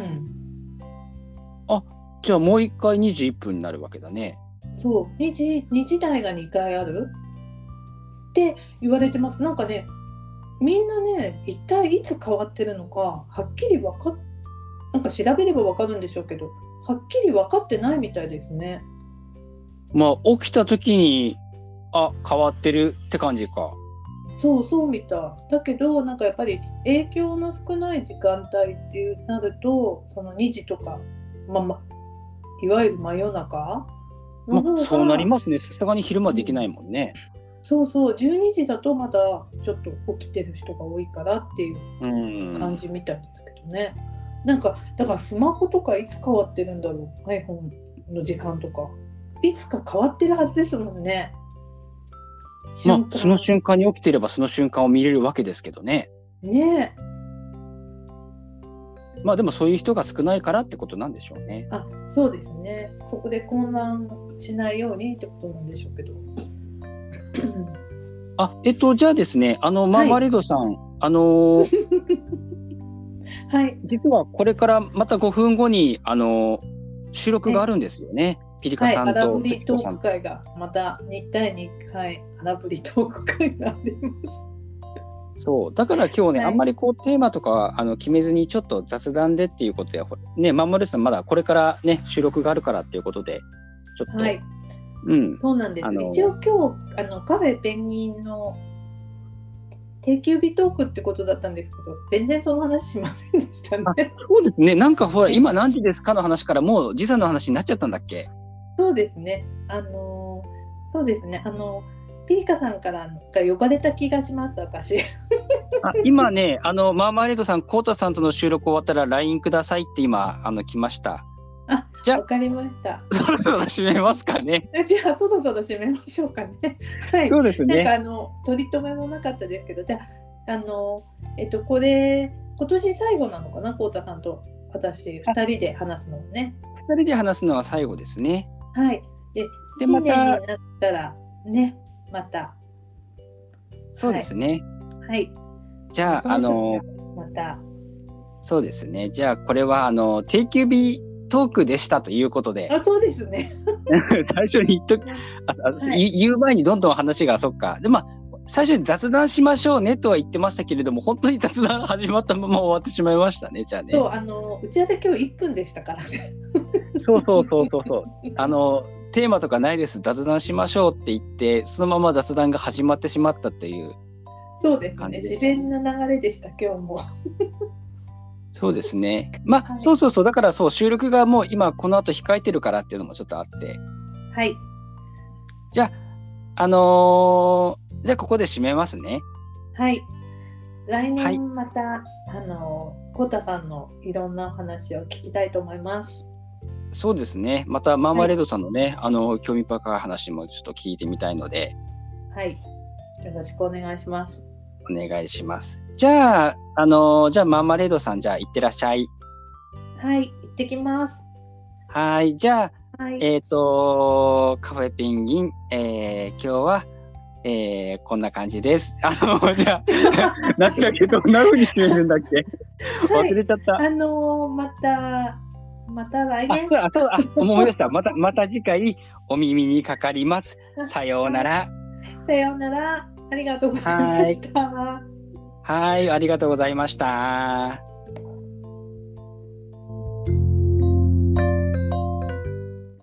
Speaker 1: あ、
Speaker 2: じゃあもう一回2時1分になるわけだね。
Speaker 1: そう、2時台が2回あるって言われてます。なんかね、みんなね、一体いつ変わってるのかはっきりなんか調べれば分かるんでしょうけど、はっきり分かってないみたいですね。
Speaker 2: まあ起きた時に変わってるって感じか。
Speaker 1: そうみたいだけど、なんかやっぱり影響の少ない時間帯ってなると、その2時とか、いわゆる真夜中の方が、
Speaker 2: そうなりますね。さすがに昼間できないもんね。
Speaker 1: そう12時だとまだちょっと起きてる人が多いからっていう感じみたいですけどね。なんかだからスマホとかいつ変わってるんだろう。 iPhone の時間とかいつか変わってるはずですもんね。
Speaker 2: その瞬間に起きていればその瞬間を見れるわけですけどね。
Speaker 1: ね
Speaker 2: え。まあでもそういう人が少ないからってことなんでしょうね。
Speaker 1: そうですね。そこで混乱しないようにってことなんでしょうけど。
Speaker 2: じゃあですね、マーマレードさん、
Speaker 1: はい、
Speaker 2: 実はこれからまた5分後に収録があるんですよね。ピリカさんと
Speaker 1: 荒ぶりトーク会がまた第2回荒ぶりトーク会があります。
Speaker 2: そうだから今日ね、あんまりこうテーマとか決めずにちょっと雑談でっていうことやね、マンマルさんまだこれからね収録があるからっていうことでちょっと、
Speaker 1: そうなんです。一応今日カフェペンギンの定休日トークってことだったんですけど、全然その話しませんでしたね。
Speaker 2: そうですね。なんかほら今何時ですかの話からもう時差の話になっちゃったんだっけ。
Speaker 1: そうですね。そうですね。ピリカさんから呼ばれた気がします、私。
Speaker 2: 今ね、マーマレードさん、コウタさんとの収録終わったら LINE くださいって今来ました。
Speaker 1: じゃあ、わかりました。
Speaker 2: そろそろ締めますかね。
Speaker 1: じゃあ、そろそろ締めましょうかね。はい。
Speaker 2: そうですね。
Speaker 1: なんか取り留めもなかったですけど、じゃあ、これ今年最後なのかな、コウタさんと私2人で話すのね。
Speaker 2: 2人で話すのは最後ですね。
Speaker 1: はい。で新年になったらね、また。
Speaker 2: そうですね。
Speaker 1: はい。
Speaker 2: じゃあ
Speaker 1: また。そう
Speaker 2: ですね。じゃあこれは定休日トークでしたということで。
Speaker 1: そうですね。
Speaker 2: 最初に言う前にどんどん話がそっか。で最初に雑談しましょうねとは言ってましたけれども、本当に雑談始まったまま終わってしまいましたね。じゃあね。
Speaker 1: 打ち合わせ今日1分でしたからね。
Speaker 2: そう。テーマとかないです。雑談しましょうって言ってそのまま雑談が始まってしまったっていう。
Speaker 1: そうですね。自然な流れでした今日も。
Speaker 2: そうですね。そうだから収録がもう今この後控えてるからっていうのもちょっとあって。
Speaker 1: はい。
Speaker 2: じゃあじゃあここで締めますね。
Speaker 1: はい。来年また、コウタさんのいろんなお話を聞きたいと思います。
Speaker 2: そうですね。またマーマレードさんのね、興味深い話もちょっと聞いてみたいので。
Speaker 1: はい。よろしくお願いします。
Speaker 2: お願いします。じゃあマーマレードさん、じゃあ行ってらっしゃい。
Speaker 1: はい、行ってきます。
Speaker 2: はい、じゃあ、
Speaker 1: はい、
Speaker 2: カフェペンギン、今日は、こんな感じです。じゃあ何だっけ、どんな風に締めるんだっけ、忘れちゃった。
Speaker 1: また来年。
Speaker 2: 思い出した。また次回お耳にかかります。さようなら。
Speaker 1: さようなら。ありがとうございました。
Speaker 2: はい、ありがとうございました。